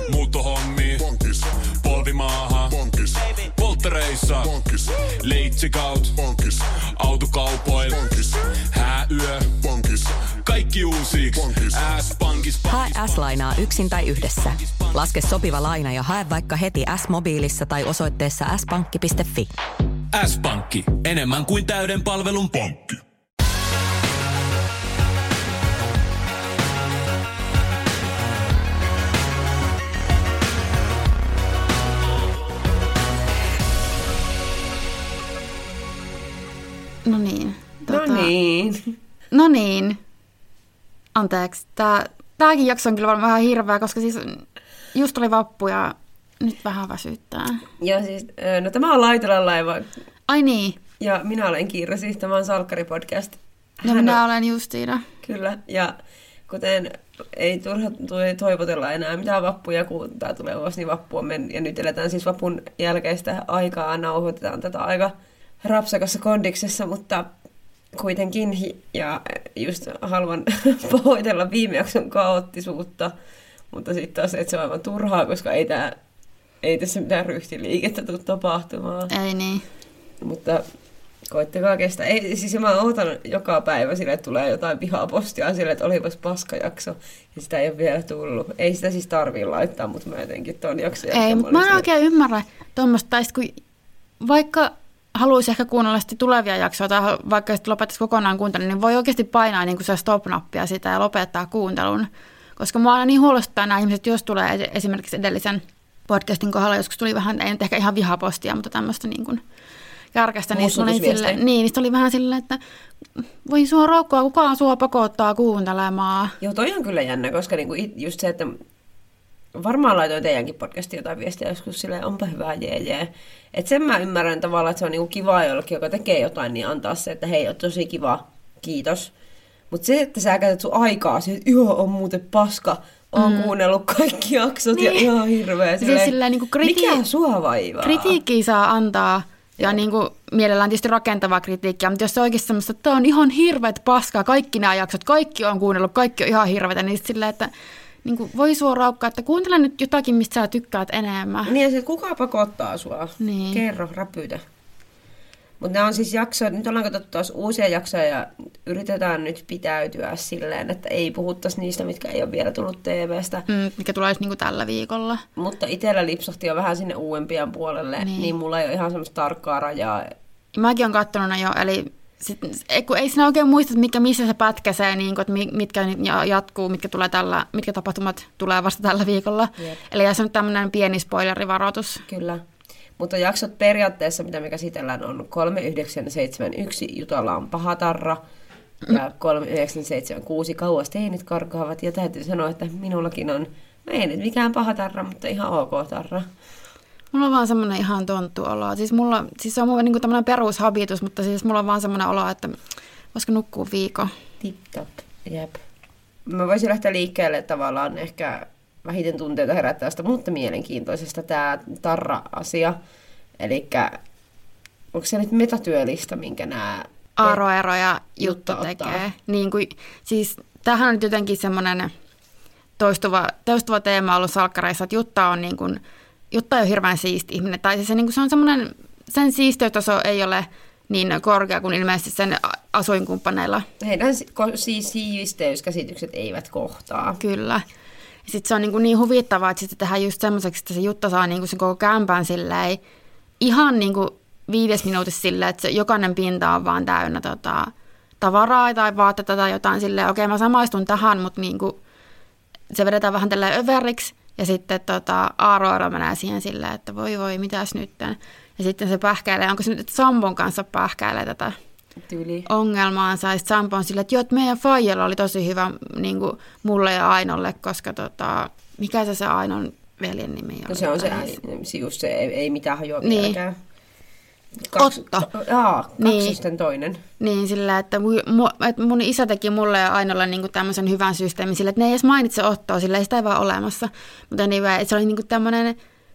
Muuttohommi, bonkis. Polvimaaha, bonkis. Polttereissa, bonkis. Leitsikaut, bonkis. Autokaupoil, bonkis. Hääyö, bonkis. Kaikki uusiiksi, S-pankis. Hae S-lainaa yksin tai yhdessä. Laske sopiva laina ja hae vaikka heti S-mobiilissa tai osoitteessa s-pankki.fi. S-pankki, enemmän kuin täyden palvelun pankki. No niin. Anteeksi. Tämäkin jakso on kyllä varmaan vähän hirveä, koska siis just oli vappu ja nyt vähän väsyttää. Joo siis, no tämä on Laitulan laiva. Ai niin. Ja minä olen Kirsi, tämä on Salkkari-podcast. Ja minä olen Justiina. Kyllä, ja kuten ei turha toivotella enää mitään vappuja, kun tämä tulee ulos, niin vappu on mennyt. Ja nyt eletään siis vapun jälkeistä aikaa, nauhoitetaan tätä aika rapsakassa kondiksessa, mutta kuitenkin, ja just haluan pahoitella viime jakson kaoottisuutta, mutta sitten taas, että se on aivan turhaa, koska ei tässä mitään ryhtiliikettä tule tapahtumaan. Ei niin. Mutta koittakaa kestää. Ei, siis mä ootan joka päivä sille, että tulee jotain vihapostia sille, että olipas paskajakso, ja sitä ei ole vielä tullut. Ei sitä siis tarvii laittaa, mutta mä jotenkin ton jakson. Ei, mutta mä en oikein ymmärrä tuommoista, tai kun vaikka haluaisi ehkä kuunnella tulevia jaksoja tai vaikka sitten lopettaisi kokonaan kuuntelun, niin voi oikeasti painaa niin kuin se stop-nappia sitä ja lopettaa kuuntelun. Koska mua aina niin huolestuttaa nämä ihmiset, jos tulee esimerkiksi edellisen podcastin kohdalla, joskus tuli vähän, ei nyt ehkä ihan vihapostia, mutta tämmöistä niin kuin kärkästä. Niin, oli vähän silleen, että voi sua roukkoa, kukaan sua pakottaa kuuntelemaan. Joo, toi on kyllä jännä, koska niinku just se, että varmaan laitoin teidänkin podcastiin jotain viestiä joskus silleen, onpa hyvää jee. Että sen mä ymmärrän tavallaan, että se on niinku kivaa jollekin, joka tekee jotain, niin antaa se, että hei, on tosi kiva, kiitos. Mutta se, että sä käytät sun aikaa siihen, että joo, on muuten paska, oon kuunnellut kaikki jaksot niin. Ja ihan hirveä. Silleen, niin mikä sua vaivaa? Kritiikkiä saa antaa. Ja niin kuin, mielellään tietysti rakentavaa kritiikkiä, mutta jos se oikeasti semmoista, että tämä on ihan hirveät paskaa, kaikki nämä jaksot, kaikki on kuunnellut, kaikki on ihan hirveätä, niin silleen, että niin kuin, voi sua raukkaa, että kuuntele nyt jotakin, mistä sä tykkäät enemmän. Niin ja se, että kuka pakottaa sua? Niin. Kerro, räpytä. Mutta nämä on siis jaksoja, nyt ollaan katsottu taas uusia jaksoja ja yritetään nyt pitäytyä silleen, että ei puhuttaisi niistä, mitkä ei ole vielä tullut TV:stä. Mikä tulee niin kuin tällä viikolla. Mutta itsellä lipsahti jo vähän sinne uudempien puolelle, niin mulla ei ole ihan semmoista tarkkaa rajaa. Mäkin olen katsonut jo, eli ei sinä oikein muista, missä se pätkäsee, niin kuin, että mitkä jatkuu, mitkä tapahtumat tulee vasta tällä viikolla. Jep. Eli tässä on nyt tämmöinen pieni spoilerivaroitus. Kyllä. Mutta jaksot periaatteessa, mitä me käsitellään, on 3971, Jutalla on paha tarra, ja 3976, kauas teinit karkaavat. Ja täytyy sanoa, että minullakin on, ei nyt mikään paha tarra, mutta ihan ok tarra. Mulla on vaan semmoinen ihan tonttu olo. Siis se on mulla niinku tämmöinen perushabitus, mutta siis mulla on vaan semmoinen olo, että voisiko nukkua viikon. Tip-top, jep. Mä voisin lähteä liikkeelle tavallaan ehkä vähiten tunteita herättävästä, mutta mielenkiintoisesta tämä tarra-asia. Elikkä onko se nyt metatyölista, minkä nämä Aaro ja Jutta tekee? Niin kuin, siis tämähän on nyt jotenkin semmoinen toistuva teema ollut salkkareissa, että Jutta ei ole hirveän siisti ihminen. Tai se, niin kuin se on semmoinen, sen siisteystaso ei ole niin korkea kuin ilmeisesti sen asuinkumppaneilla. Heidän siis siisteyskäsitykset eivät kohtaa. Kyllä. Sitten se on niin huvittavaa, että sitten tehdään just semmoiseksi, että se Jutta saa niin sen koko kämpän silleen, ihan niin 5 minuutissa silleen, että se jokainen pinta on vaan täynnä tavaraa tai vaatteita tai jotain silleen, okei mä samaistun tähän, mutta niin se vedetään vähän tälleen överiksi ja sitten Aaro menee siihen silleen, että voi, mitäs nyt. Ja sitten se pähkäilee, onko se nyt, että Sampon kanssa pähkäilee tätä ongelmaansa. Ja sitten Sampo on silleen, että joo, että meidän faijalla oli tosi hyvä niin kuin mulle ja Ainolle, koska mikä se Ainon veljen nimi oli? No se on se ei mitään hajoa niin. Vieläkään. Otto. Kaksosten toinen. Niin, sillä, että mun isä teki mulle ja Ainolle niin kuin tämmöisen hyvän systeemin sillä, että ne ei edes mainitse Ottoa, sillä ei sitä ei vaan olemassa. Mutta anyway, se oli niin kuin tämmöinen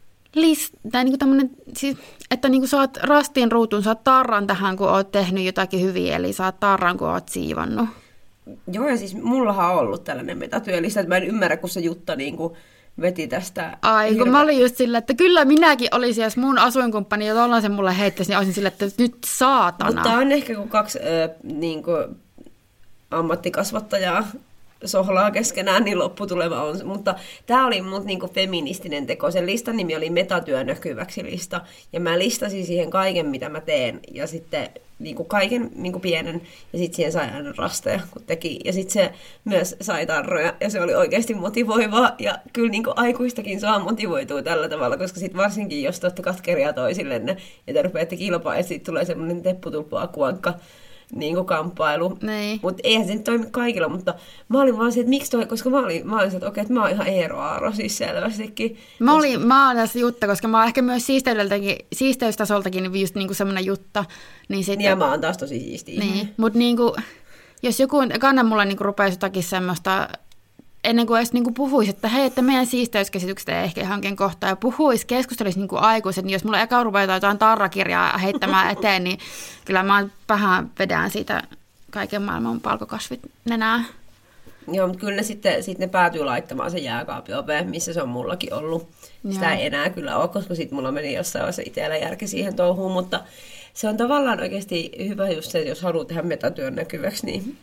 tai niin kuin tämmöinen, siis, että niin kuin saat rastiin ruutun, saat tarran tähän, kun oot tehnyt jotakin hyvin, eli saat tarran, kun oot siivannut. Joo, ja siis mullahan on ollut tällainen metatyölistä, että mä en ymmärrä, kun se Jutta niin kuin veti tästä. Ai, kun mä olin just sillä, että kyllä minäkin olisin, jos mun asuinkumppani ja tollaisen mulle heittäisi, niin olisin sillä, että nyt saatana. Mutta tää on ehkä kun kaksi niin kuin ammattikasvattajaa sohlaa keskenään, niin lopputulema on. Mutta tämä oli mut niinku feministinen teko. Sen listan nimi oli Metatyö näkyväksi lista. Ja mä listasin siihen kaiken, mitä mä teen. Ja sitten niinku kaiken niinku pienen. Ja sitten siihen sai aina rasteja, kun teki. Ja sitten se myös sai tarroja. Ja se oli oikeasti motivoivaa. Ja kyllä niinku aikuistakin saa motivoitua tällä tavalla. Koska sitten varsinkin, jos te olette katkeria toisillenne. Ja te rupeatte kilpaa, ja sitten tulee semmoinen tepputulppua-kuankka niinku kamppailu. Mutta eihän se nyt toimi kaikilla, mutta mä olin vaan se, että miksi toi, koska mä olin se, että okei, että mä oon ihan Eero Aaro siis selvästikin. Mä oon tässä Jutta, koska mä oon ehkä myös siisteystasoltakin just niinku semmoinen Jutta. Niin sitten, ja mä oon taas tosi siistiä. Niin, mutta niinku, jos joku kannan mulla niinku rupeaisi jotakin semmoista, ennen kuin edes niinku puhuisi, että hei, että meidän siisteyskäsitykset ei ehkä hankkeen kohtaa, ja keskustelisi niinku aikuiset, niin jos mulla eka rupeaa jotain tarrakirjaa heittämään eteen, niin kyllä mä vähän vedän siitä kaiken maailman palkokasvit nenää. Joo, mutta kyllä sitten ne päätyy laittamaan se jääkaapiopeen, missä se on mullakin ollut. Sitä ei enää kyllä ole, koska sitten mulla meni jossain vaiheessa itsellä järki siihen touhuun, mutta se on tavallaan oikeasti hyvä just se, että jos haluaa tehdä metatyön näkyväksi, niin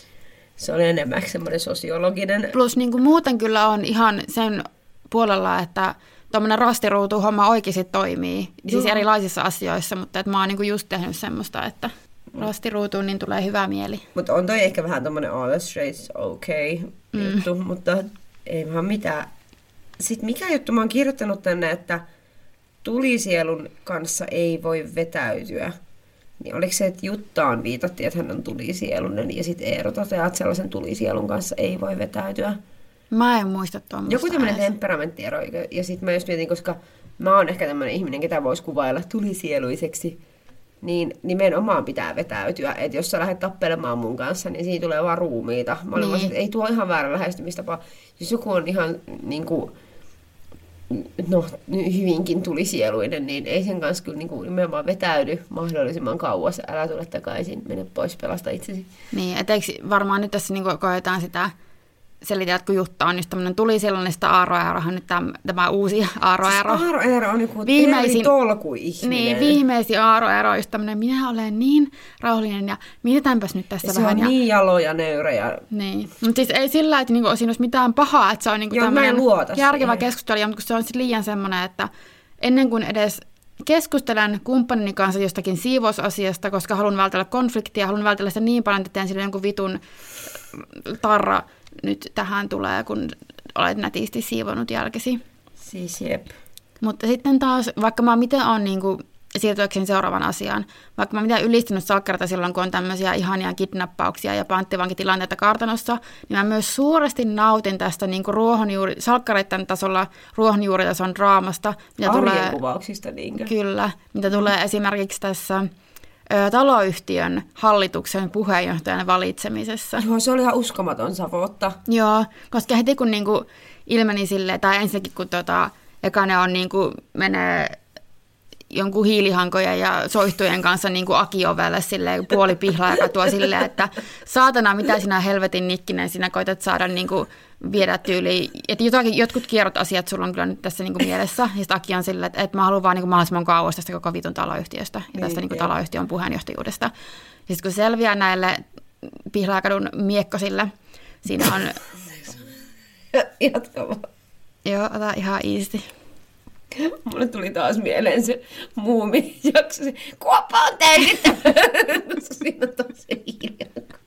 se on enemmän semmoinen sosiologinen. Plus niin kuin muuten kyllä on ihan sen puolella, että tuommoinen rastiruutu-homma oikeasti toimii. Siis erilaisissa asioissa, mutta että mä oon niin kuin just tehnyt semmoista, että rastiruutuun niin tulee hyvä mieli. Mutta on toi ehkä vähän tommoinen all the straights okay juttu, mutta ei vaan mitään. Sitten mikä juttu mä oon kirjoittanut tänne, että tulisielun kanssa ei voi vetäytyä. Niin oliko se, että Juttaan viitattiin, että hän on tulisielunen, ja sitten Eero toteaa, että sellaisen tulisielun kanssa ei voi vetäytyä. Mä en muista tuommoista. Joku tämmöinen temperamenttiero, ja sitten mä just mietin, koska mä oon ehkä tämmöinen ihminen, ketä voisi kuvailla tulisieluiseksi, niin nimenomaan pitää vetäytyä, että jos sä lähdet tappelemaan mun kanssa, niin siinä tulee vaan ruumiita. Mä olin vaan, että ei tuo ihan väärä lähestymistapa. Jos joku on ihan niin kuin, hyvinkin tulisieluinen, niin ei sen kanssa kyllä niin kuin nimenomaan vetäydy mahdollisimman kauas. Älä tule takaisin, mene pois, pelasta itsesi. Niin, et eikö varmaan nyt tässä niin koetaan sitä selität, kun Jutta on just tämmöinen tulisielunnista Aaro Eerohan nyt tämä uusi Aaro Eero. Siis Aaro Eero on joku tolku-ihminen. Niin, viimeisin Aaro Eero on just tämmöinen, minä olen niin rauhallinen ja mietitäänpäs nyt tässä se vähän. Se on niin jalo ja nöyrä. Ja niin, mutta siis ei sillä, että niinku siinä olisi mitään pahaa, että se on niinku tämmöinen järkevä keskustelu, mutta kun se on sitten liian semmoinen, että ennen kuin edes keskustelen kumppanini kanssa jostakin siivousasiasta, koska haluan vältellä konfliktia, haluan vältellä sitä niin paljon, että teen sille jonkun vitun tarra nyt tähän tulee, kun olet nätisti siivonut jälkesi. Siis jep. Mutta sitten taas, vaikka mä miten on niinku siirtyäkseni seuraavan asiaan, vaikka mä miten ylistynyt salkkareita silloin, kun on tämmöisiä ihania kidnappauksia ja panttivankitilanteita kartanossa, niin mä myös suuresti nautin tästä niinku salkkareiden tasolla ruohonjuuritason draamasta. Arjen kuvauksista niinkö? Kyllä, mitä tulee esimerkiksi tässä taloyhtiön hallituksen puheenjohtajan valitsemisessa. Joo, se oli ihan uskomaton savotta. Joo, koska heti kun niinku ilmeni silleen, tai ensinnäkin kun eka ne on niinku menee jonkun hiilihankojen ja soihtujen kanssa niinku akiovelle silleen puoli pihlaa ja katua silleen, että saatana, mitä sinä helvetin nikkinen sinä koitat saada niinku viedä tyyliin. Että jotkut kierrot asiat sulla on kyllä nyt tässä niinku mielessä. Ja sitten Aki on silleen, että mä haluan vaan niinku mahdollisimman kauas tästä koko vitun taloyhtiöstä ja tästä niinku taloyhtiön puheenjohtajuudesta. Ja sitten kun selviää näille Pihlaakadun miekkosille, siinä on... Jatka vaan. Joo, ota ihan iisti. Mulle tuli taas mieleen se Muumi-jakso, se kuoppa on täytettä, koska siinä on tosi hiljaa.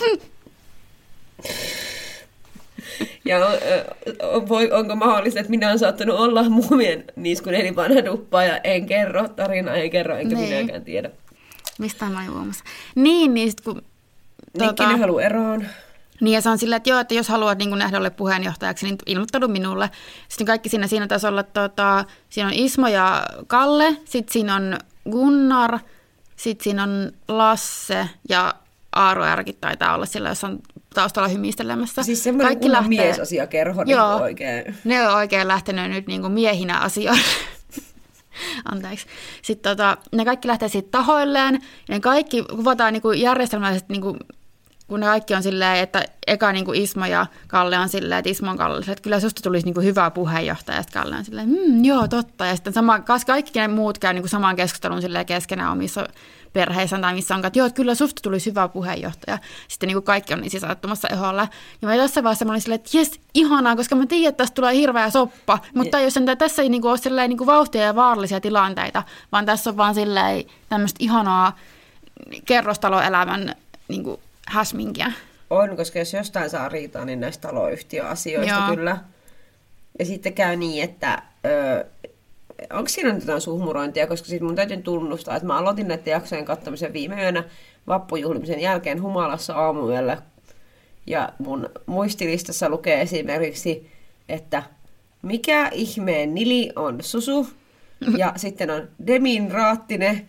Ja onko mahdollista, että minä olen saattanut olla Muumien niiskun elivanha duppaaja, en kerro, tarina ei kerro, enkä minäkään tiedä. Mistä mä olin huomassa? Niin sit kun... Nikkinen haluaa eroon. Niin ja se on sillä, että joo, että jos haluat niin nähdä ole puheenjohtajaksi, niin ilmoittaudu minulle. Sitten kaikki siinä tasolla, siinä on Ismo ja Kalle, sitten siinä on Gunnar, sitten siinä on Lasse ja Aaro Erkit taitaa olla sillä, jos on taustalla hymistelemässä. Siis semmoinen kunnon miesasiakerho niin oikein. Ne on oikein lähtenyt nyt niin kuin miehinä asioille. Anteeksi. Sitten ne kaikki lähtee siitä tahoilleen, ja ne kaikki kuvataan niin kuin järjestelmällisesti niin kuin kun ne kaikki on silleen, että eka niin kuin Ismo ja Kalle on silleen, että Ismo on Kalle, että kyllä susta tulisi niin kuin hyvä puheenjohtaja, ja Kalle on silleen, joo, totta. Ja sitten kaikki ne muut käy niin kuin saman keskustelun silleen keskenään omissa perheissä tai missä onkaan, että joo, että kyllä susta tulisi hyvä puheenjohtaja. Sitten niin kuin kaikki on niin sisättömässä eholla. Ja mä jossain vaiheessa mä olin silleen, että jes, ihanaa, koska mä tiedän, että tästä tulee hirveä soppa. Mutta jos tässä ei niin kuin ole silleen niin kuin vauhtia ja vaarallisia tilanteita, vaan tässä on vaan silleen tämmöistä ihanaa kerrostaloelämän niin kuin häsminkiä. On, koska jos jostain saa riitaa, niin näistä taloyhtiöasioista Joo. kyllä. Ja sitten käy niin, että onko siinä nyt jotain suhmurointia, koska siis mun täytyy tunnustaa, että mä aloitin näiden jaksojen katsomisen viime yönä vappujuhlimisen jälkeen humalassa aamuyöllä. Ja mun muistilistassa lukee esimerkiksi, että mikä ihmeen nili on Susu. Ja sitten on Demin Raattinen,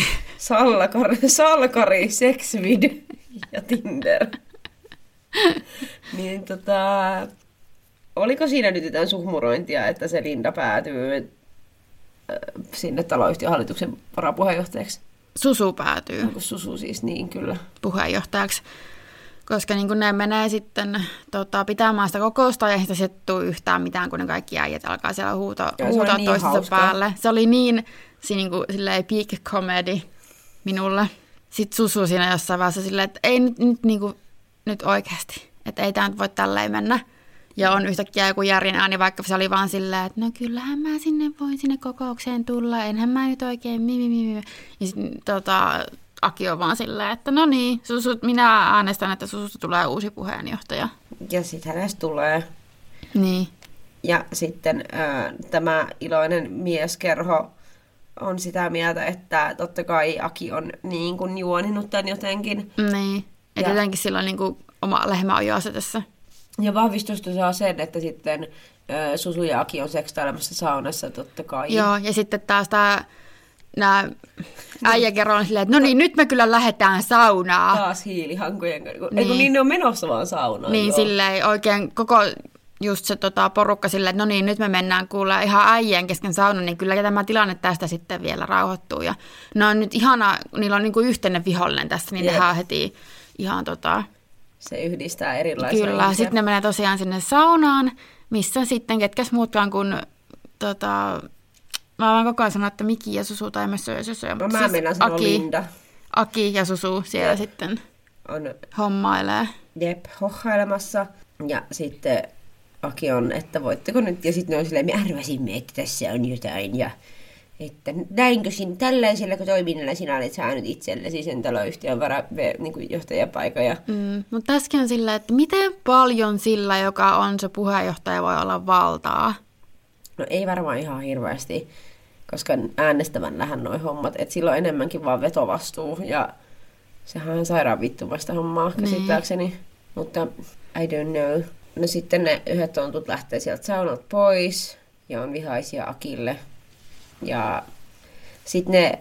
Salkari, Sexvid ja Tinder. Niin oliko siinä nyt jotain suhmurointia, että se Linda päätyy sinne taloyhtiön hallituksen varapuheenjohtajaksi? Susu päätyy. Onko Susu siis niin, kyllä. Puheenjohtajaksi. Koska niin kun ne menee sitten pitämään sitä kokousta, ja ei sitten tule yhtään mitään, kun ne kaikki äijät alkaa siellä huutaa niin toistensa päälle. Se oli niin peak comedy minulle. Sitten Susu siinä jossain vaiheessa silleen, että ei nyt oikeasti, että ei tämä nyt voi tälleen mennä. Ja on yhtäkkiä joku järjen ääni, vaikka se oli vaan silleen, että no kyllähän mä voin sinne kokoukseen tulla, enhän mä nyt oikein Ja sitten Aki on vaan silleen, että no niin, minä äänestän, että Sususta tulee uusi puheenjohtaja. Ja sitten hänestä tulee. Niin. Ja sitten tämä iloinen mieskerho on sitä mieltä, että totta kai Aki on niin kuin juoninut tämän jotenkin. Niin, että jotenkin silloin niin kuin oma lehmä on jo asetessa. Ja vahvistusta saa sen, että sitten Susu ja Aki on sekstailemassa saunassa totta kai. Joo, ja sitten taas nämä äijäkerro on silleen, että no niin, nyt me kyllä lähdetään saunaan. Taas hiilihankojen kanssa. Niin ne on menossa vaan saunaan. Niin, silleen oikein koko just se porukka silleen, että no niin, nyt me mennään kuulla ihan äijien kesken saunan, niin kyllä tämä tilanne tästä sitten vielä rauhoittuu. Ja no on nyt ihana, niillä on niin kuin yhteinen vihollinen tässä, niin tehdään heti ihan Se yhdistää erilaisia Kyllä, sitten ne menee tosiaan sinne saunaan, missä sitten ketkäs muutkaan kuin mä vaan koko ajan sanon, että Miki ja Susu tai Mössö. No mä mennään sanoa Linda. Aki ja Susu siellä sitten hommailee. Jep, hohailemassa. Ja sitten Aki on, että voitteko nyt, ja sitten ne on silleen, me arvasimme, että tässä on jotain, ja että näinkö tällaisella toiminnalla sinä olet saanut itsellesi sen taloyhtiön niin johtajapaikan. Mutta tässäkin on sillä, että miten paljon sillä, joka on se puheenjohtaja, voi olla valtaa? No ei varmaan ihan hirveästi, koska äänestävänlähän noi hommat, että sillä on enemmänkin vaan vetovastuu, ja sehän on sairaan vittumasta hommaa käsittääkseni, mutta I don't know. No sitten ne yhdet tontut lähtee sieltä saunalta pois, ja on vihaisia Akille. Ja sitten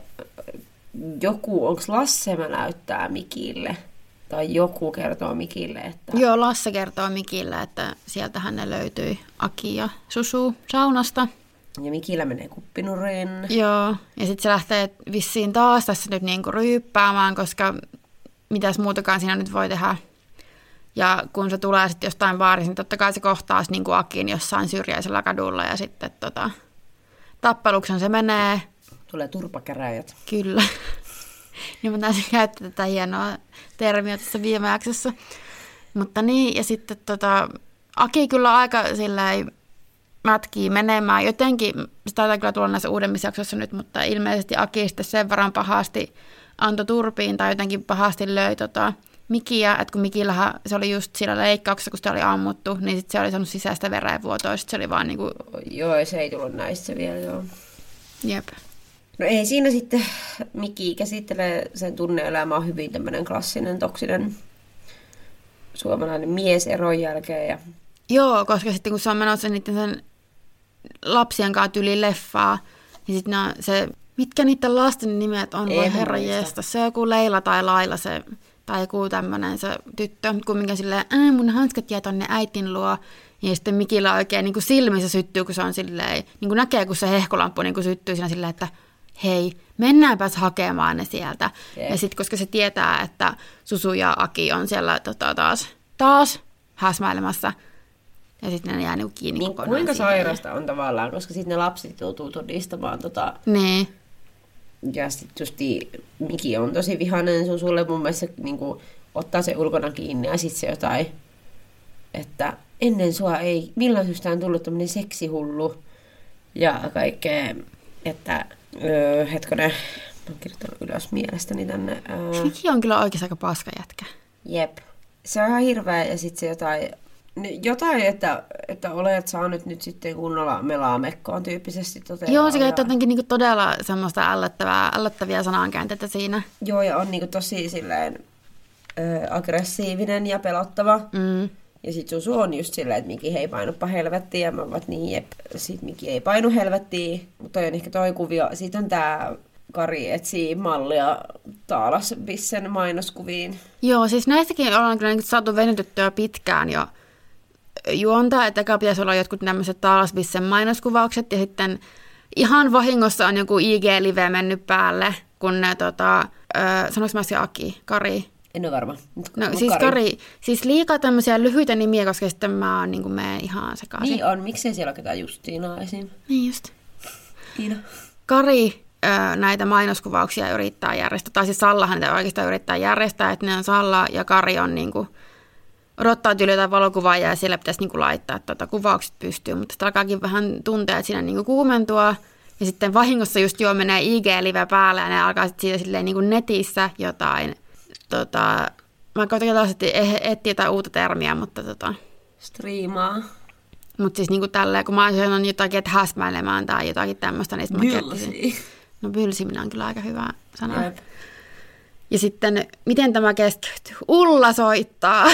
onko Lasse näyttää Mikille, tai joku kertoo Mikille, että... Joo, Lasse kertoo Mikille, että sieltähän ne löytyi Aki ja Susu saunasta. Ja Mikillä menee kuppinuriin. Joo, ja sitten se lähtee vissiin taas tässä nyt niinku ryyppäämään, koska mitäs muutakaan siinä nyt voi tehdä. Ja kun se tulee sitten jostain baarista, niin totta kai se kohtaa niinku Akin jossain syrjäisellä kadulla, ja sitten tappeluksen se menee. Tulee turpakäräjät. Kyllä. Niin mä taisin käyttää tätä hienoa termiä tässä viime jaksossa. Mutta niin, ja sitten Aki kyllä aika silleen mätkii menemään. Jotenkin, se taitaa kyllä tulla näissä uudemmissa jaksoissa nyt, mutta ilmeisesti Aki sitten sen verran pahasti antoi turpiin tai jotenkin pahasti löi Mikiä, että kun Mikillähän se oli just siinä leikkauksessa, kun se oli ammuttu, niin sitten se oli saanut sisäistä verenvuotoa, sitten se oli vaan niinku... Joo, se ei tullut näistä vielä, joo. Jep. No ei siinä sitten Miki käsittelee sen tunne-elämää hyvin tämmöinen klassinen, toksinen suomalainen mies eron jälkeen. Ja... Joo, koska sitten kun se on menossa niiden sen lapsien kanssa yli leffaa, niin sitten mitkä niiden lasten nimet on, voi herranjeesta. Se on joku Leila tai Laila se... Tai joku tämmöinen se tyttö, kumminkin silleen, mun hanskat jää tonne äitin luo. Ja sitten Mikillä oikein niin kuin silmissä syttyy, kun se on silleen, niin kuin näkee, kun se hehkulamppu niin kuin syttyy siinä silleen, että hei, mennäänpäs hakemaan ne sieltä. Jep. Ja sitten koska se tietää, että Susu ja Aki on siellä taas häsmäilemässä, ja sitten ne jää niinku kiinni Niin kokonaan kuinka siihen. sairasta on tavallaan, koska sitten ne lapset joutuu todistamaan Niin. ja sitten justi Miki on tosi vihainen Susulle mun mielestä niinku ottaa se ulkona kiinni ja sitten se jotain, että ennen sua ei millään syystä on tullut tämmöinen seksihullu ja kaikkea, että hetkonen, mä oon kirjoittanut ylös mielestäni tänne. Miki on kyllä oikeasti aika paska jätkä. Jep. Se on ihan hirveä ja sitten se jotain että olet saanut nyt sitten kunnolla melaa mekkoon tyyppisesti toteaa. Joo, se käyttää jotenkin niinku todella semmoista ällöttäviä sanankäänteitä siinä. Joo, ja on niinku tosi silleen aggressiivinen ja pelottava. Mm. Ja sit Susu on just silleen, että Miki ei painuppa helvettiin, ja mä oon niin jep. Sit Miki ei painu helvettiin, mutta toi on ehkä toi kuvio. Sitten on tää Kari etsii mallia Taalasbissen mainoskuviin. Joo, siis näistäkin ollaan kyllä niinku saatu venytettyä pitkään jo juontaa, että eka pitäisi olla jotkut tämmöiset Taalasbissen mainoskuvaukset, ja sitten ihan vahingossa on joku IG-live mennyt päälle, kun ne sanoinko mä se Kari? En ole varma. No siis Kari, siis liikaa tämmöisiä lyhyitä nimiä, koska sitten mä oon niinku menen ihan sekaisin. Niin on, miksei siellä ole ketään Justiinaa esim. Niin just. Iina. Kari näitä mainoskuvauksia yrittää järjestää, tai siis Sallahan niitä oikeastaan yrittää järjestää, että ne on Salla ja Kari on niinku, odottaa tyyli jotain valokuvaajaa ja siellä pitäisi niinku laittaa kuvaukset pystyyn, mutta sitten alkaakin vähän tuntea, että siinä niinku kuumentua, ja sitten vahingossa just menee IG-live päälle ja ne alkaa sitten siitä silleen niinku netissä jotain, mä koitan taas etsiä jotain uutta termiä, mutta Striimaa. mutta siis niinku tälleen, kun mä sanon jotakin, että häsmäilemään tai jotakin tämmöistä, niin sitten mä kertoisin. No bylsiminen on kyllä aika hyvä sana. Jep. Ja sitten, miten tämä keskeytyy? Ulla soittaa.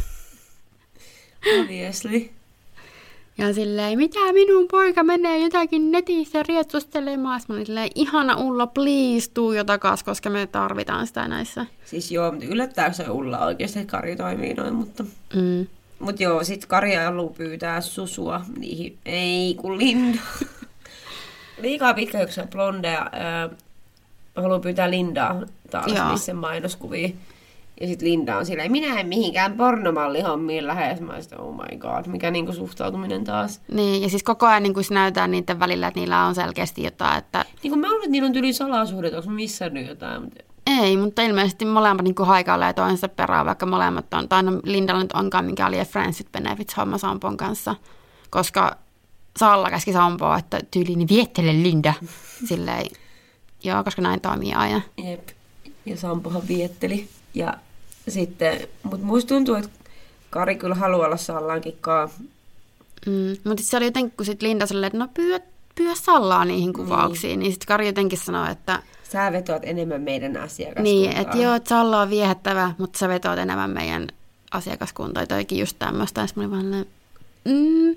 Obviously. Ja silleen, mitä minun poika menee jotakin netissä rietsustelemaan. Mä olin silleen, ihana Ulla, please, tuu jo takas, koska me tarvitaan sitä näissä. Siis joo, mutta yllättääkö se Ulla oikeasti, että Kari toimii noin, mutta... Mm. Mut joo, sit Kari haluaa pyytää Susua niihin, ei kun Linda. Liikaa pitkähyksä blondeja. Haluaa pyytää Lindaa taas missä mainoskuviin. Ja sit Linda on silleen, minä en mihinkään pornomallihommiin lähes. Mä sit, oh my god, mikä niinku suhtautuminen taas. Niin, ja siis koko ajan niin se näytetään niiden välillä, että niillä on selkeästi jotain, että... Niin kun mä luulen, että niillä on tyyli salasuhdet, onko missannut jotain? Mutta... Ei, mutta ilmeisesti molemmat niin haikailee toisensa perään, vaikka molemmat on, tai no Lindalla nyt onkaan mikä oli Friends with Benefits homma Sampon kanssa, koska Salla käski Sampoa, että tyyliin viettele Linda, silleen, joo, koska näin toimii aina. Jep, ja Sampohan vietteli, ja sitten, mutta musta tuntuu, että Kari kyllä haluaa olla Sallankin kanssa. Mutta se oli jotenkin, kun sit Linda sanoi, että no pyydä Sallaa niihin kuvauksiin, niin sitten Kari jotenkin sanoi, että sä vetoat enemmän meidän asiakaskuntaan. niin, että joo, että Salla on viehättävä, mutta sä vetoat enemmän meidän asiakaskuntaan. Toikin just tämmöistä. Ja sitten mä olin vaan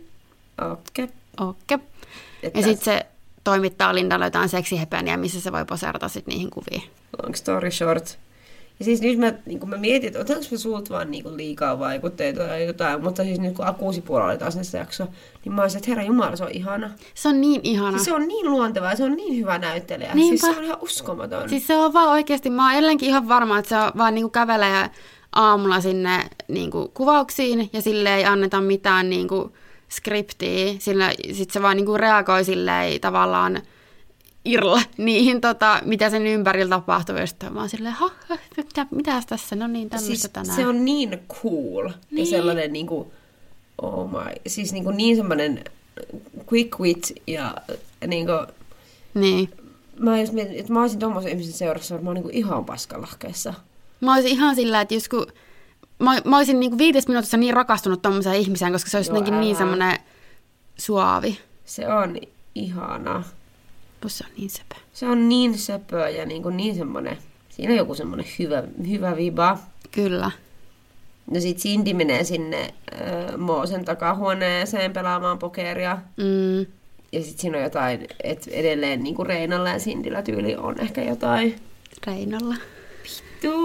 okei. Ja sitten se toimittaa Lindalle jotain seksihepeniä, missä se voi poseerata sitten niihin kuviin. Long story short. Ja siis nyt mä mietin, että otanko mä sulta vaan liikaa vaikutteita tai jotain, mutta siis nyt kun akuusipuolella oli taas näissä jaksoa, niin mä olisin, että herra jumala, se on ihana. Se on niin ihana. Siis se on niin luonteva, se on niin hyvä näyttelijä. Niinpä. Siis se on ihan uskomaton. Siis se on vaan oikeasti, mä oon edelleenkin ihan varma, että se on vaan niinku kävelee aamulla sinne niinku kuvauksiin ja sille ei anneta mitään niinku skriptiä, sillä sit se vaan niinku reagoi silleen tavallaan irla niihin, mitä sen ympärillä tapahtuu, ja sitten vaan silleen, mitäs tässä, no niin, tämmöistä siis tänään. Se on niin cool, niin. Ja sellainen niinku, oh my, siis niinku niin semmoinen quick wit, ja niinku, niin. Mä just mietin, että mä olisin tommoisen ihmisen seurassa, että mä oon niinku ihan paskalahkeessa. Mä olisin ihan sillä, että jos kun, mä olisin niinku 5 minuutissa niin rakastunut tommoseen ihmiseen, koska se olisi jotenkin niin semmoinen suavi. Se on ihana. Se on niin söpö. Se on niin söpö ja niin semmoinen, siinä on joku semmoinen hyvä viba. Kyllä. No sit Cindy menee sinne Moosen takahuoneeseen pelaamaan pokeria. Ja sit siinä on jotain, että edelleen niinku Reinalla ja Cindyllä tyyli on ehkä jotain. Reinalla. Vittu!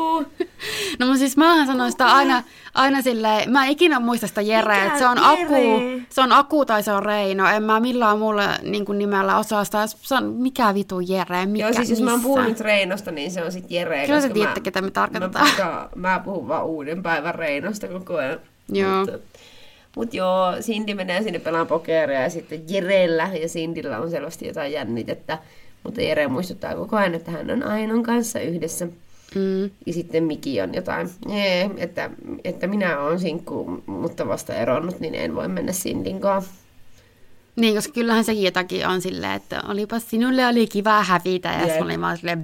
vittu? No mutta siis mähän sanoin sitä aina silleen, mä en ikinä muista sitä Jereä, että se on Jere? se on Aku tai se on Reino. En mä millään muulla niin kuin nimellä osaa sitä, se on mikä vitu Jere, mikä Joo, siis jos mä oon missä. puhunut Reinosta, niin se on sit Jere. Kyllä koska sä tiedätte, ketä me tarkoitetaan. Mä puhun vaan uuden päivän Reinosta koko ajan. Joo. Mut joo, Cindy menee sinne pelaan pokeria ja sitten Jerellä ja Cindyllä on selvästi jotain jännitettä. Mutta Jere muistuttaa koko ajan, että hän on Ainon kanssa yhdessä. Ja sitten Miki on jotain, että minä olen sinkku, mutta vasta eronnut, niin en voi mennä Cindynkaan. Niin, koska kyllähän sekin jotakin on silleen, että olipas sinulle oli kiva hävitä, ja se oli vaan silleen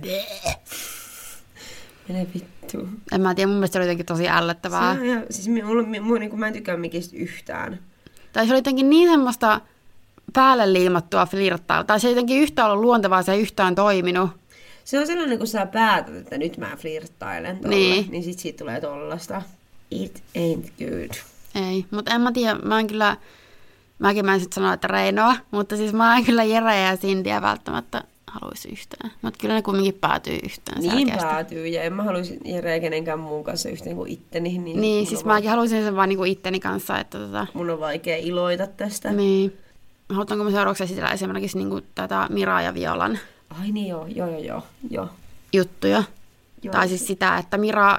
Mene vittu. En mä tiedä, mun mielestä se oli jotenkin tosi ällöttävää. Siis mä en tykkää Mikistä yhtään. Tai se oli jotenkin niin semmoista päälle liimattua flirttailua. Tai se ei jotenkin yhtään ollut luontevaa, se ei yhtään toiminut. Se on sellainen, kun sä päätät, että nyt mä flirttailen tolle, niin sit siitä tulee tollasta. It ain't good. Ei, mutta en mä tiedä, mäkin mä en sit sano, että Reinoa, mutta siis mä en kyllä Jere ja Cindyä välttämättä haluaisi yhteen. Mutta kyllä ne kumminkin päätyy yhteen niin selkeästi. Päätyy, ja en mä haluaisi Jereä kenenkään muun kanssa yhteen kuin itteni. Niin siis mäkin haluaisin sen vaan niinku itteni kanssa, että mun on vaikea iloita tästä. Niin. Halutaanko me seuraavaksi esitellä esimerkiksi niinku tätä Miraa ja Violan Ai niin joo. juttuja. Joo. Tai siis sitä, että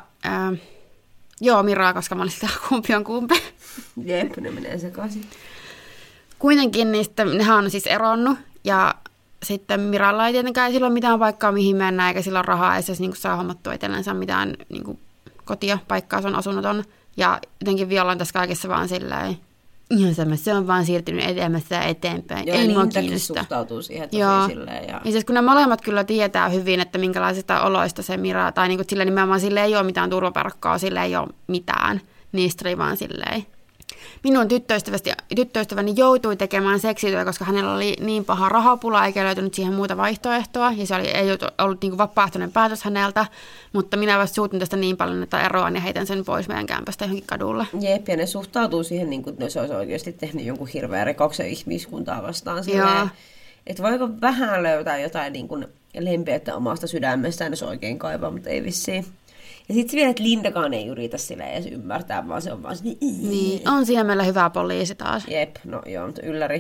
Miraa, koska mä olin sitä kumpi on kumpi. Jep, ne menee sekaisin. Kuitenkin niistä, nehän on siis eronnut ja sitten Miralla ei tietenkään silloin mitään paikkaa mihin mennä eikä sillä ole rahaa edes niin saa hommattua itsellensä mitään niin kotia, paikkaa, se on asunnoton. Ja jotenkin Viola on tässä kaikessa vaan silleen, ihan sama, se on vaan siirtynyt etemässä eteenpäin. Joo, ei mua niin kiinnosta. Suhtautuu siihen tosi silleen. Ja siis kun ne molemmat kyllä tietää hyvin, että minkälaisista oloista se Mira, tai niin kuin sillä nimenomaan sille ei ole mitään turvaparkkaa, sille ei ole mitään. Niistä oli vaan silleen. Minun tyttöystäväni joutui tekemään seksityötä, koska hänellä oli niin paha rahapula, eikä löytynyt siihen muuta vaihtoehtoa. Ja se ei ollut niin kuin vapaaehtoinen päätös häneltä, mutta minä vasta suutin tästä niin paljon, että eroan ja heitän sen pois meidän kämpästä johonkin kadulle. Jep, ja ne suhtautuu siihen, niin kuin se olisi oikeasti tehnyt jonkun hirveän rikoksen ihmiskuntaa vastaan. Että voiko vähän löytää jotain niin kuin lempeyttä omasta sydämestään, jos oikein kaivaa, mutta ei vissiin. Ja sitten vielä, että Lindakaan ei yritä sille edes ymmärtää, vaan se on vaan silleen. Niin, on siellä meillä hyvä poliisi taas. Jep, no joo, mutta ylläri.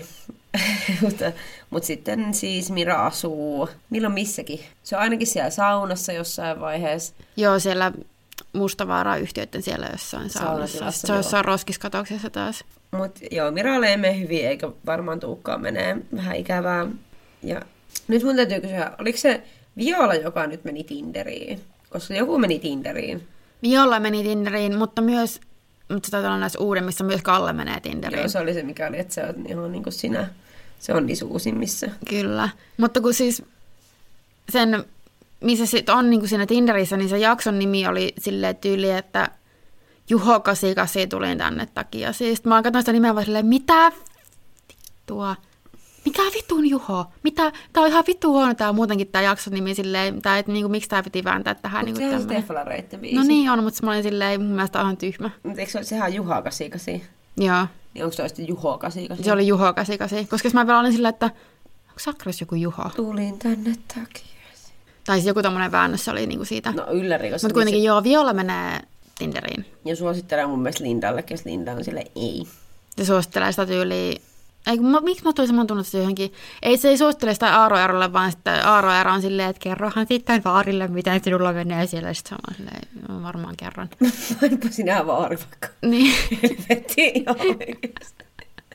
Mutta sitten siis Mira asuu, milloin missäkin. Se on ainakin siellä saunassa jossain vaiheessa. Joo, siellä Mustavaaraa-yhtiöiden siellä jossain saunassa. Se on jossain roskiskatoksessa taas. Mutta joo, Miralle ei mene hyvin, eikä varmaan tuukkaan menee vähän ikävää. Ja nyt mun täytyy kysyä, oliko se Viola, joka nyt meni Tinderiin? Koska joku meni Tinderiin. Viola meni Tinderiin, mutta se taitaa olla näissä uudemmissa, myös Kalle menee Tinderiin. Joo, se oli se, mikä oli, että se on ihan niin kuin sinä. Se on niissä uusimmissa. Kyllä, mutta kun siis sen, missä sitten on niin kuin siinä Tinderissä, niin se jakson nimi oli silleen tyyli, että Juho 88 tulin tänne takia. Siis mä katsoin sitä nimeä vaan silleen, mitä vittua? Mikä vitun Juho? Tää on ihan vittu huono tää muutenkin tää jakson nimi silleen, tai että niinku, miksi tää piti vääntää tähän niinku tämmönen. tämmönen. Steffalareitten biisi. No niin on, mutta mä olin silleen, mun mielestä on ihan tyhmä. Mutta eikö sehän Juha 88? Joo. Niin onko se sitten Juho 88? Se oli Juho 88, koska mä vielä olin silleen, että onko Sakras joku Juho? Tulin tänne takia. Tai siis joku tommonen väännös oli niinku siitä. No ylläri, koska... Mutta kuitenkin joo, Viola menee Tinderiin. Ja suosittelen mun mielestä Lindalle, jos Linda on silleen ei. Se suosittelee sitä tyyliä. Miksi mä tulin semmoinen tunnet johonkin? Se ei suosittele sitä Aaro Eerolle, vaan sitten Aaro Eero on silleen, että kerrohan sitten Vaarille, miten sinulla menee siellä. Sitten se on silleen, varmaan kerran. Vainpa sinä Vaari vaikka. Niin. Helvetti ihan oikeasti.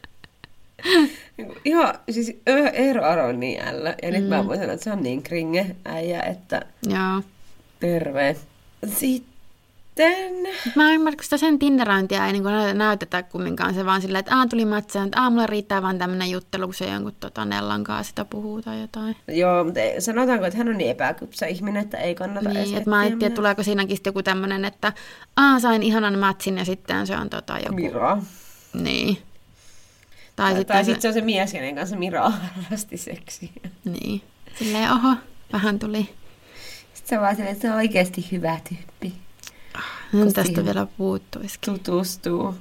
Ihan, siis Eero Aro on niin ällä. Ja nyt mä voin sanoa, että se on niin kringe äijä, että Joo. Terve. Sitten... Mä en ymmärrä, kun sitä sen tinderointia ei niin näytetä kumminkaan. Se vaan silleen, että tuli matsaan, että mulle riittää vaan tämmönen juttelu, kun se jonkun Nellankaan sitä puhuu tai jotain. Joo, mutta sanotaanko, että hän on niin epäkypsä ihminen, että ei kannata niin, että mä en tiedä, tuleeko siinäkin joku tämmönen, että sain ihanan matsin ja sitten se on joku... Mira. Niin. Tai sitten se on se mies, kenen kanssa Mira harrasti seksiä. Niin. Silleen, oho, vähän tuli. Sitten se on vaan silleen, että se on oikeasti hyvä tyyppi. Tästä vielä puuttuisikin. Tutustuu.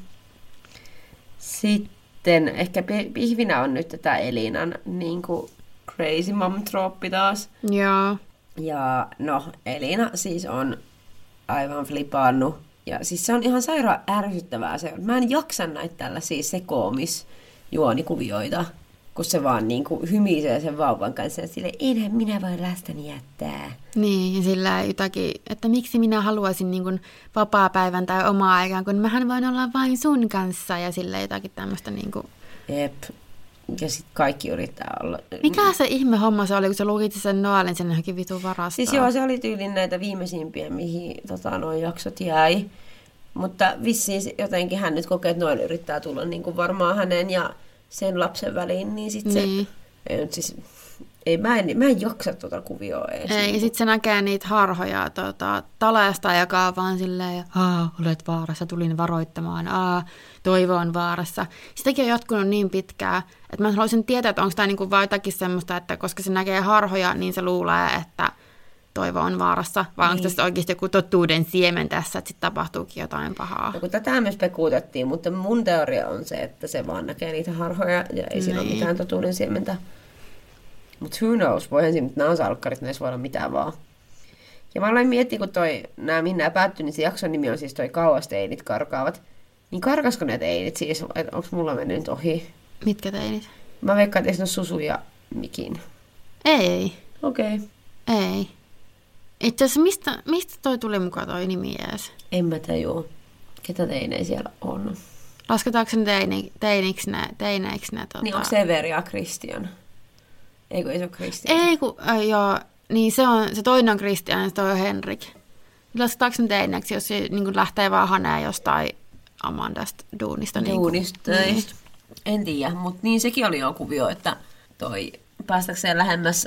Sitten ehkä pihvinä on nyt tätä Elinan niin kuin crazy mom-trooppi taas. Joo. Ja no, Elina siis on aivan flipannut. Ja siis se on ihan sairaan ärsyttävää se. Mä en jaksa näitä tällaisia sekoomisjuonikuvioita, kun se vaan niin kuin hymisee sen vauvan kanssa. Ja silleen, enhän minä voi lastani jättää. Niin, ja sillä jotakin, että miksi minä haluaisin niin kuin vapaa-päivän tai omaa aikaan, kun mähän voin olla vain sun kanssa. Ja sillä jotakin tämmöistä niin kuin... Jep. Ja sitten kaikki yrittää olla. Mikä se ihme homma se oli, kun sä lukitsi sen Noelin sen johonkin vitun varastoon? Siis joo, se oli tyylin näitä viimeisimpiä, mihin noi jaksot jäi. Mutta vissiin jotenkin hän nyt kokee, että Noel yrittää tulla niin kuin varmaan hänen ja sen lapsen väliin, niin sitten niin. Mä en jaksa tuota kuvioa edes. Ei, ja sitten se näkee niitä harhoja taleesta, joka on vaan silleen, olet vaarassa, tulin varoittamaan, Toivo on vaarassa. Sitäkin on jatkunut niin pitkään, että mä haluaisin tietää, että onko tämä niinku vaan jotakin semmoista, että koska se näkee harhoja, niin se luulee, että Toivo on vaarassa, vai niin. Onko tässä oikeasti joku totuuden siemen tässä, että sitten tapahtuukin jotain pahaa? No, kun tätä me spekuutettiin, mutta mun teoria on se, että se vaan näkee niitä harhoja ja ei siinä ole mitään totuuden siementä. Mutta who knows, voihan siinä, nämä on salkkarit, näissä voi olla mitään vaan. Ja mä aloin miettiä, kun mihin nämä päättyi, niin se jakson nimi on siis toi Kauas teinit karkaavat. Niin karkasko ne teinit siis, onko mulla mennyt ohi? Mitkä teinit? Mä veikkaan, että ne on Susu ja Mikin. Ei. Okei. Okay. Ei. Itse asiassa mistä toi tuli mukaan toi nimi edes? En mä tajua. Ketä teinejä siellä on? Lasketaanko ne teineiksi ne? Niin onko Severi ja Christian? Ei se ole Christian. Ei joo. Niin se toinen on Christian ja se toinen on Henrik. Lasketaanko ne teineiksi, jos se niin lähtee vaan haneen jostain Amandasta duunista? Duunista. Niin. En tiedä, mutta niin sekin oli jo kuvio, että päästäkseen lähemmäs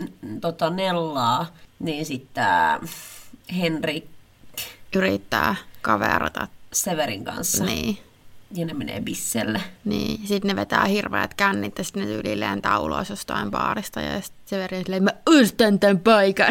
Nellaa, niin sitten Henrik yrittää kaverata Severin kanssa. Niin. Ja ne menee bisselle. Niin, sitten ne vetää hirveät kännit ja sitten ne tyyliin lentää ulos jostain baarista ja sitten Severin silleen, mä ostan tämän paikan.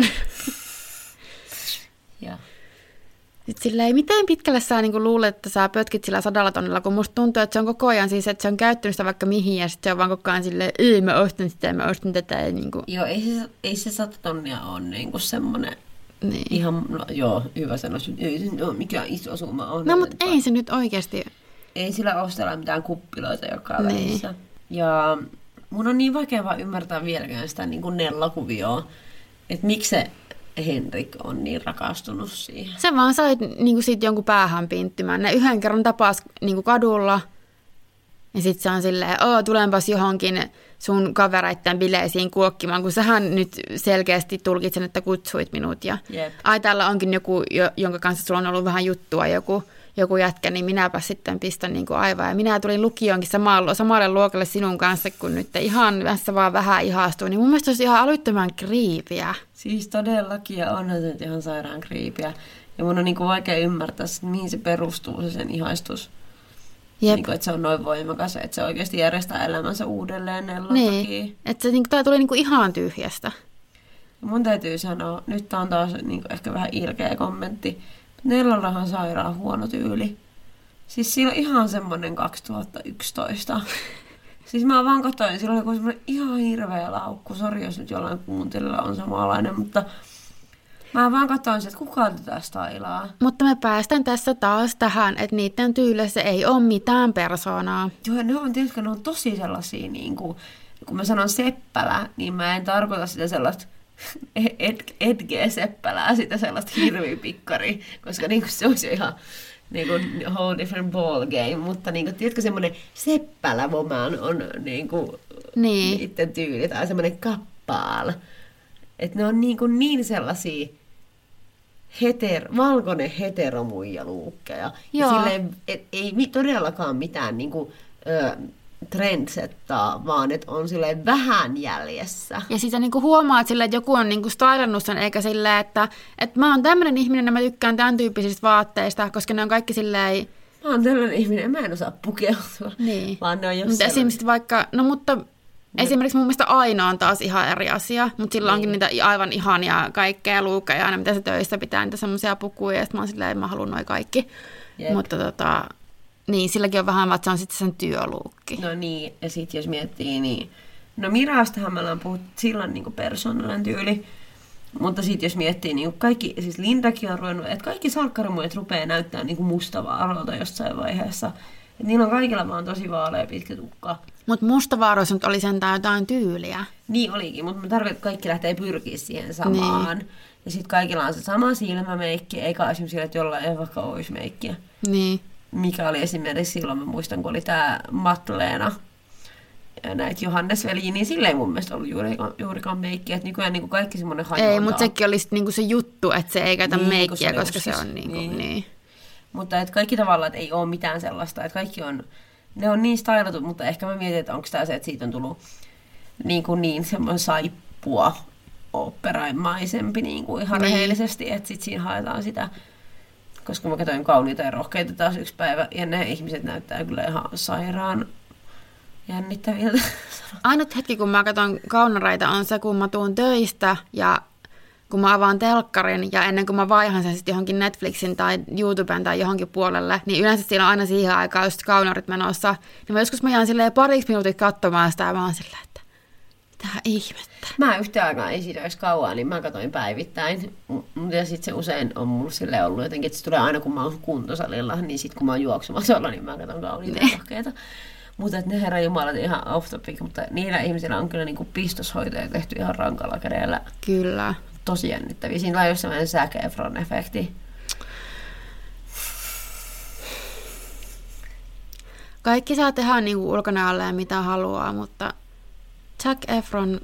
Ja. Sitten silleen, miten pitkälle sä niinku luulet, että sä pötkit sillä 100 tonnilla, kun musta tuntuu, että se on koko ajan siis, että se on käyttänyt sitä vaikka mihin ja sitten se on vaan koko ajan silleen, ei mä ostan sitä, mä ostan tätä. Ja niinku. Joo, ei se 100 tonnia ole niinku semmoinen. Niin. Ihan, hyvä sanoa, ei se ole mikään iso summa on. No, mutta ei se nyt oikeasti. Ei sillä ostella mitään kuppiloita joka välissä. Ja mun on niin vaikea vaan ymmärtää vieläkään sitä niin kuin Nella-kuvioa, että miksi se Henrik on niin rakastunut siihen. Se vaan sai niin siitä jonkun päähän pinttymään. Ne yhden kerran tapas niin kadulla ja sitten se on silleen, tulenpas johonkin sun kavereitten bileisiin kuokkimaan, kun sähän nyt selkeästi tulkitsen, että kutsuit minut. Ja ai täällä onkin joku, jonka kanssa sulla on ollut vähän juttua, joku jätkä, niin minäpä sitten pistän niin kuin aivan. Ja minä tulin lukioonkin samalle luokalle sinun kanssa, kun nyt ihan tässä vaan vähän ihastuu. Niin mun mielestä olisi ihan älyttömän kriipiä. Siis todellakin, ja onhan se ihan sairaan kriipiä. Ja mun on niin kuin vaikea ymmärtää, mihin se perustuu, se sen ihaistus. Niin kuin, että se on noin voimakas, että se oikeasti järjestää elämänsä uudelleen Nellan takia. Että se tämä tuli niin kuin ihan tyhjästä. Ja mun täytyy sanoa, nyt tää on taas niin kuin ehkä vähän ilkeä kommentti, Nellallahan on sairaan huono tyyli. Siis siinä on ihan semmoinen 2011. Siis mä vaan katsoin, sillä oli joku semmoinen ihan hirveä laukku. Sori, jos nyt jollain kuuntelijalla on samanlainen, mutta mä vaan katsoin, että kuka tätä stailaa. Mutta me päästään tässä taas tähän, että niiden tyylissä ei ole mitään persoonaa. Joo, ne on tosi sellaisia, niin kuin, kun mä sanon seppälä, niin mä en tarkoita sitä sellaista Edge-seppälää, sitä sellaista hirvipikkari, koska niin kuin se olisi ihan niin kuin whole different ball game, mutta niin kuin, tiedätkö, semmoinen seppälä woman on niin kuin niiden tyyli, tai semmoinen kappaal. Että ne on niin sellaisia valkoinen heteromuijaluukkeja. Ja silleen, ei todellakaan mitään niin kuin, trendsettaa, vaan että on silleen vähän jäljessä. Ja sitä niinku huomaat silleen, että joku on niinku stylannut sen, eikä silleen, että mä oon tämmönen ihminen ja mä tykkään tämän tyyppisistä vaatteista, koska ne on kaikki silleen. Mä oon tämmönen ihminen ja mä en osaa pukeutua. Niin. Vaan ne on mutta esimerkiksi vaikka, esimerkiksi mun mielestä Aino on taas ihan eri asia, mutta sillä onkin niitä aivan ihania kaikkea luukkeja, aina mitä se töissä pitää, niitä semmoisia pukuja, ja sitten mä oon silleen, mä haluan noi kaikki. Jep. Mutta niin, silläkin on vähän, että se on sitten sen työluukki. No niin, ja sitten jos miettii, niin no Mirastahan me ollaan puhuttu, sillä on niinku persoonallinen tyyli, Mutta sitten jos miettii, niin kaikki, siis Lindakin on ruvennut, että kaikki salkkarimuijat rupeaa näyttää niin mustavaaroilta jossain vaiheessa. Että niillä on kaikilla vaan tosi vaalea pitkä tukka. Mutta mustavaaroissa nyt oli sentään jotain tyyliä. Niin olikin, mutta mä tarkoitan, että kaikki lähtee pyrkiä siihen samaan. Niin. Ja sitten kaikilla on se sama silmämeikki, eikä esimerkiksi sillä, että jollain ei vaikka olisi meikkiä. Niin. Mikä oli esimerkiksi silloin, mä muistan, kun oli tämä Matleena ja näitä Johannes-veliä, niin sillä ei mun mielestä ollut juurikaan meikkiä. Että nykyään niin kaikki semmoinen hajontaa. Ei, mutta sekin olisi niin se juttu, että se ei käytä meikkiä, koska se on niin. Mutta että kaikki tavallaan, että ei ole mitään sellaista. Että kaikki on, ne on niin stylatut, mutta ehkä mä mietin, että onko tämä se, että siitä on tullut niin semmoinen saippua oopperaimmaisempi niin kuin ihan rehellisesti, että sitten siinä haetaan sitä. Koska mä katsoin Kauniita ja rohkeita taas yksi päivä, ja ne ihmiset näyttää kyllä ihan sairaan jännittäviltä. Ainut hetki, kun mä katson kaunoreita, on se, kun mä tuun töistä, ja kun mä avaan telkkarin, ja ennen kuin mä vaihan sen sitten johonkin Netflixin tai YouTuben tai johonkin puolelle, niin yleensä siinä on aina siihen aikaan just kaunorit menossa. Niin joskus mä jään silleen pariksi minuutit katsomaan sitä, ja mä oon silleen, että mitä ihmettä. Mä yhtä aikaa ei siitä olisi kauan, niin mä katsoin päivittäin. Ja sitten se usein on mulla silleen ollut jotenkin, että se tulee aina kun mä oon kuntosalilla, niin sitten kun mä oon juoksumassa olla, niin mä katson Kauniita ja rohkeita. Mutta ne herra jumalat ihan off topic, mutta niillä ihmisillä on kyllä niinku pistoshoitoja tehty ihan rankalla kädellä. Kyllä. Tosi jännittäviä. Siinä on jossain Zac Efron-efekti. Kaikki saa tehdä niinku ulkonäölleen mitä haluaa, mutta Zac Efron,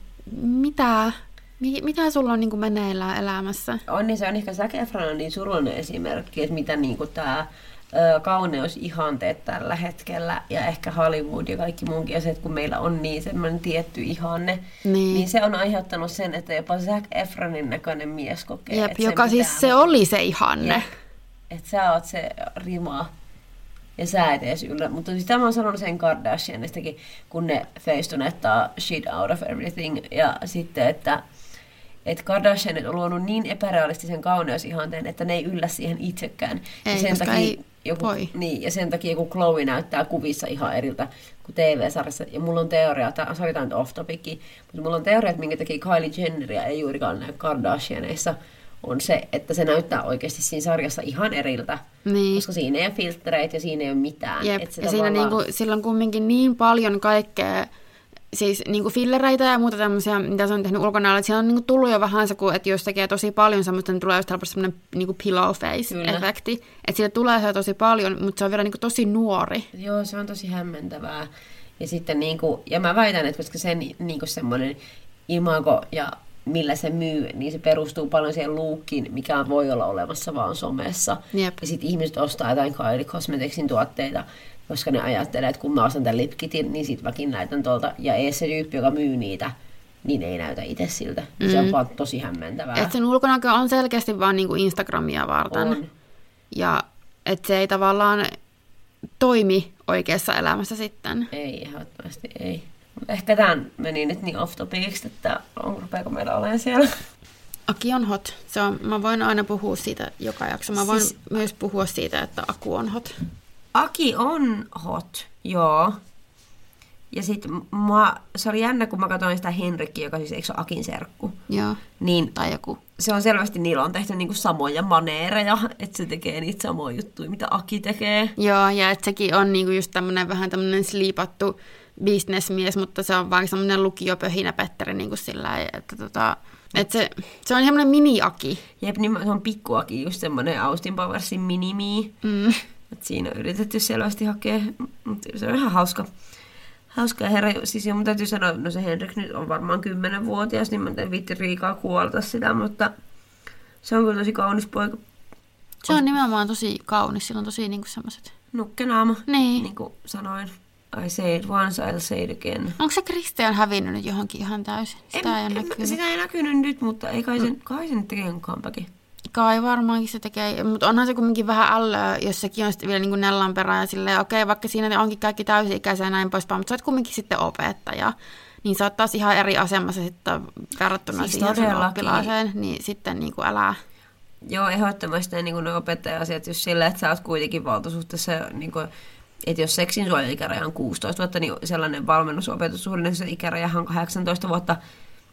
mitä sulla on niinku meneillään elämässä? On niin, se on ehkä Zac Efron on niin surullinen esimerkki, että mitä niinku tämä kauneusihanteet tällä hetkellä ja ehkä Hollywood ja kaikki muunkin asiat, kun meillä on niin semmoinen tietty ihanne, niin se on aiheuttanut sen, että jopa Zac Efronin näköinen mies kokee. Jep, joka siis se oli se ihanne. Että sä oot se rima ja sä et edes yllä. Mutta sitä mä oon sanonut sen Kardashianistakin, kun ne feistunettaa shit out of everything ja sitten, että Kardashianit on luonut niin epärealistisen kauneusihanteen, että ne ei yllä siihen itsekään. Ei, ja sen koska takia ei voi. Niin, ja sen takia joku Chloe näyttää kuvissa ihan eriltä kuin TV-sarjassa. Ja mulla on teoria, tämä on nyt off-topicki, mutta mulla on teoria, että minkä takia Kylie Jenneria ei juurikaan näy Kardashianeissa, on se, että se näyttää oikeasti siinä sarjassa ihan eriltä. Niin. Koska siinä ei ole filtreitä ja siinä ei ole mitään. Jep. Ja siinä niinku, sillä on kumminkin niin paljon kaikkea, siis niinku fillereitä ja muuta tämmöisiä, mitä se on tehnyt ulkonäöllä, että siinä on niinku tullut jo vähän se, että jos tekee tosi paljon semmoista, niin tulee just helposti semmoinen niinku pillow face-efekti. Että siitä tulee se tosi paljon, mutta se on vielä niinku tosi nuori. Joo, se on tosi hämmentävää. Ja sitten niinku, ja mä väitän, että koska sen niinku semmoinen imago ja millä se myy, niin se perustuu paljon siihen luukkiin, mikä voi olla olemassa vaan somessa. Jep. Ja sitten ihmiset ostaa jotain Kylie Cosmeticsin tuotteita, koska ne ajattelee, että kun mä ostan tämän lipkitin, niin sit mäkin näytän tuolta. Ja ei se tyyppi, joka myy niitä, niin ei näytä itse siltä. Se on vaan tosi hämmentävää. Että sen ulkonäkö on selkeästi vaan niinku Instagramia varten. On. Ja että se ei tavallaan toimi oikeassa elämässä sitten. Ei, ehdottomasti ei. Ehkä tämän meni nyt niin off-topiciksi, että rupeako meillä olemaan siellä. Aki on hot. Mä voin aina puhua siitä joka jakso. Mä voin myös puhua siitä, että Aku on hot. Aki on hot, joo. Ja sitten se oli jännä, kun mä katsoin sitä Henrikkiä, joka siis eikö se ole Akin serkku. Joo, niin tai joku. Se on selvästi, niillä on tehty niinku samoja maneereja, että se tekee niitä samoja juttuja, mitä Aki tekee. Joo, ja että sekin on niinku just vähän tämmöinen sliipattu businessmies, mutta se on vaan semmoinen lukiopöhinä Petteri niinku sillä että että se on semmoinen mini-Aki. Jep, niin se on pikku-Aki, just semmoinen Austin Powersin mini-mi. Että siinä on yritetty selvästi hakea, mutta se on ihan hauska. Hauska herra, siis mun täytyy sanoa, no se Henrik nyt on varmaan 10-vuotias, niin mä en viitti Riikaa kuolta sitä, mutta se on kyllä tosi kaunis poika. Se on nimenomaan tosi kaunis, sillä on tosi niinku semmoiset nukkenaama, niin kuin sanoin. I say it once, I'll say it again. Onko se Kristian hävinnyt nyt johonkin ihan täysin? Sitä ei näkynyt nyt, mutta ei kai se nyt tekee comebackin. Kai varmaankin se tekee, mutta onhan se kumminkin vähän ällöä, jos sekin on sitten vielä niin kuin Nellan perään ja silleen, okei, vaikka siinä onkin kaikki täysi-ikäisiä ja näin poispäin, mutta sä oot kumminkin sitten opettaja, niin sä oot taas ihan eri asemassa sitten verrattuna siis siihen sun oppilaaseen, niin sitten niin kuin älä. Joo, ehdottomasti niin kuin ne opettaja-asiat just silleen, että sä oot kuitenkin valtasuhteessa, niin kuin, että jos seksin suojaikäraja on 16 vuotta, niin sellainen valmennusopetussuhdellinen se ikäraja on 18 vuotta,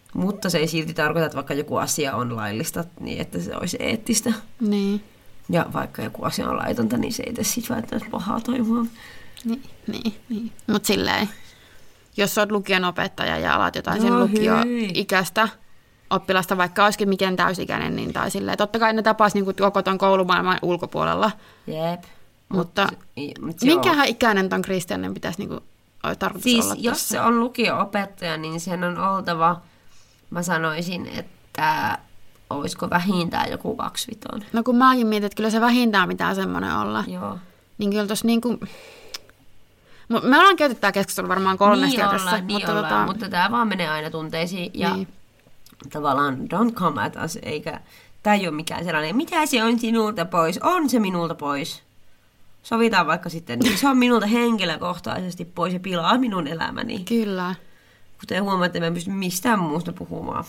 Mutta se ei silti tarkoita, että vaikka joku asia on laillista, niin että se olisi eettistä. Niin. Ja vaikka joku asia on laitonta, niin se ei tee sit välttämättä pahaa toivoa. Niin. Mutta silleen, jos olet lukion-opettaja ja alat jotain sen lukio-ikäistä oppilasta, vaikka olisikin mikään täysikäinen, niin tai silleen, totta kai ne tapaisi niin koko ton koulumaailman ulkopuolella. Jep. Mutta minkähän ikäinen ton Kristianin pitäisi niin tarkoitus siis olla jos tässä? se on lukio-opettaja, niin sen on oltava, mä sanoisin, että olisiko vähintään joku 25. No kun mäkin mietin, että kyllä se vähintään pitää semmoinen olla. Joo. Niin kyllä tossa niinku... Me ollaan käyty tää keskustelu varmaan 3 kerrassa. Mutta tää vaan menee aina tunteisiin. Ja tavallaan don't come at us, eikä... Tää ei ole mikään sellainen, mitä se on sinulta pois? On se minulta pois. Sovitaan vaikka sitten, niin se on minulta henkilökohtaisesti pois ja pilaa minun elämäni. Kyllä. Kuten huomaatte, mä en pysty mistään muusta puhumaan.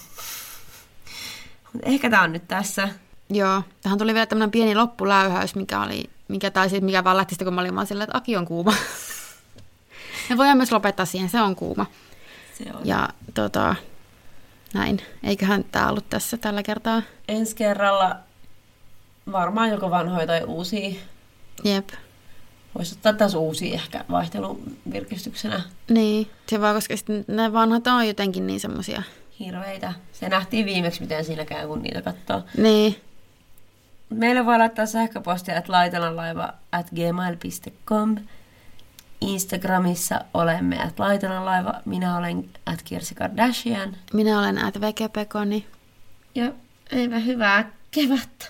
Ehkä tää on nyt tässä. Joo, tähän tuli vielä tämmöinen pieni loppuläyhäys, mikä vaan lähti sitten, kun mä olin vaan silleen, että Aki on kuuma. Ja voidaan myös lopettaa siihen, se on kuuma. Se on. Ja näin. Eiköhän tää ollut tässä tällä kertaa. Ensi kerralla varmaan joko vanhoja tai uusia. Jep. Voisi ottaa taas uusia ehkä vaihteluvirkistyksenä. Niin, se vaan, koska ne vanhat on jotenkin niin semmosia. Hirveitä. Se nähtiin viimeksi, miten siinä käy, kun niitä katsoo. Niin. Meille voi laittaa sähköpostia @laitalanlaiva@gmail.com. Instagramissa olemme @laitalanlaiva. Minä olen @Kirsi Kardashian. Minä olen @vekepekoni. Ja eipä hyvää kevättä.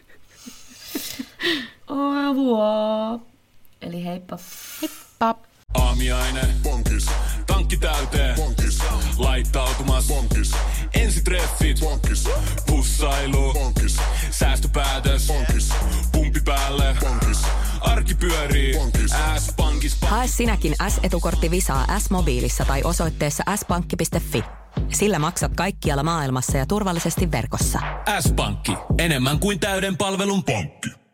Au revoir. Eli heippa. Heippa. Aamiainen. Bonkis. Tankki täyteen. Bonkis. Laittautumas. Bonkis. Ensitreffit. Bonkis. Pussailu. Bonkis. Säästöpäätös. Bonkis. Pumpi päälle. Bonkis. Arki pyörii. Bonkis. S-pankis. Hae sinäkin S-etukortti Visaa S-mobiilissa tai osoitteessa s-pankki.fi. Sillä maksat kaikkialla maailmassa ja turvallisesti verkossa. S-pankki. Enemmän kuin täyden palvelun pankki.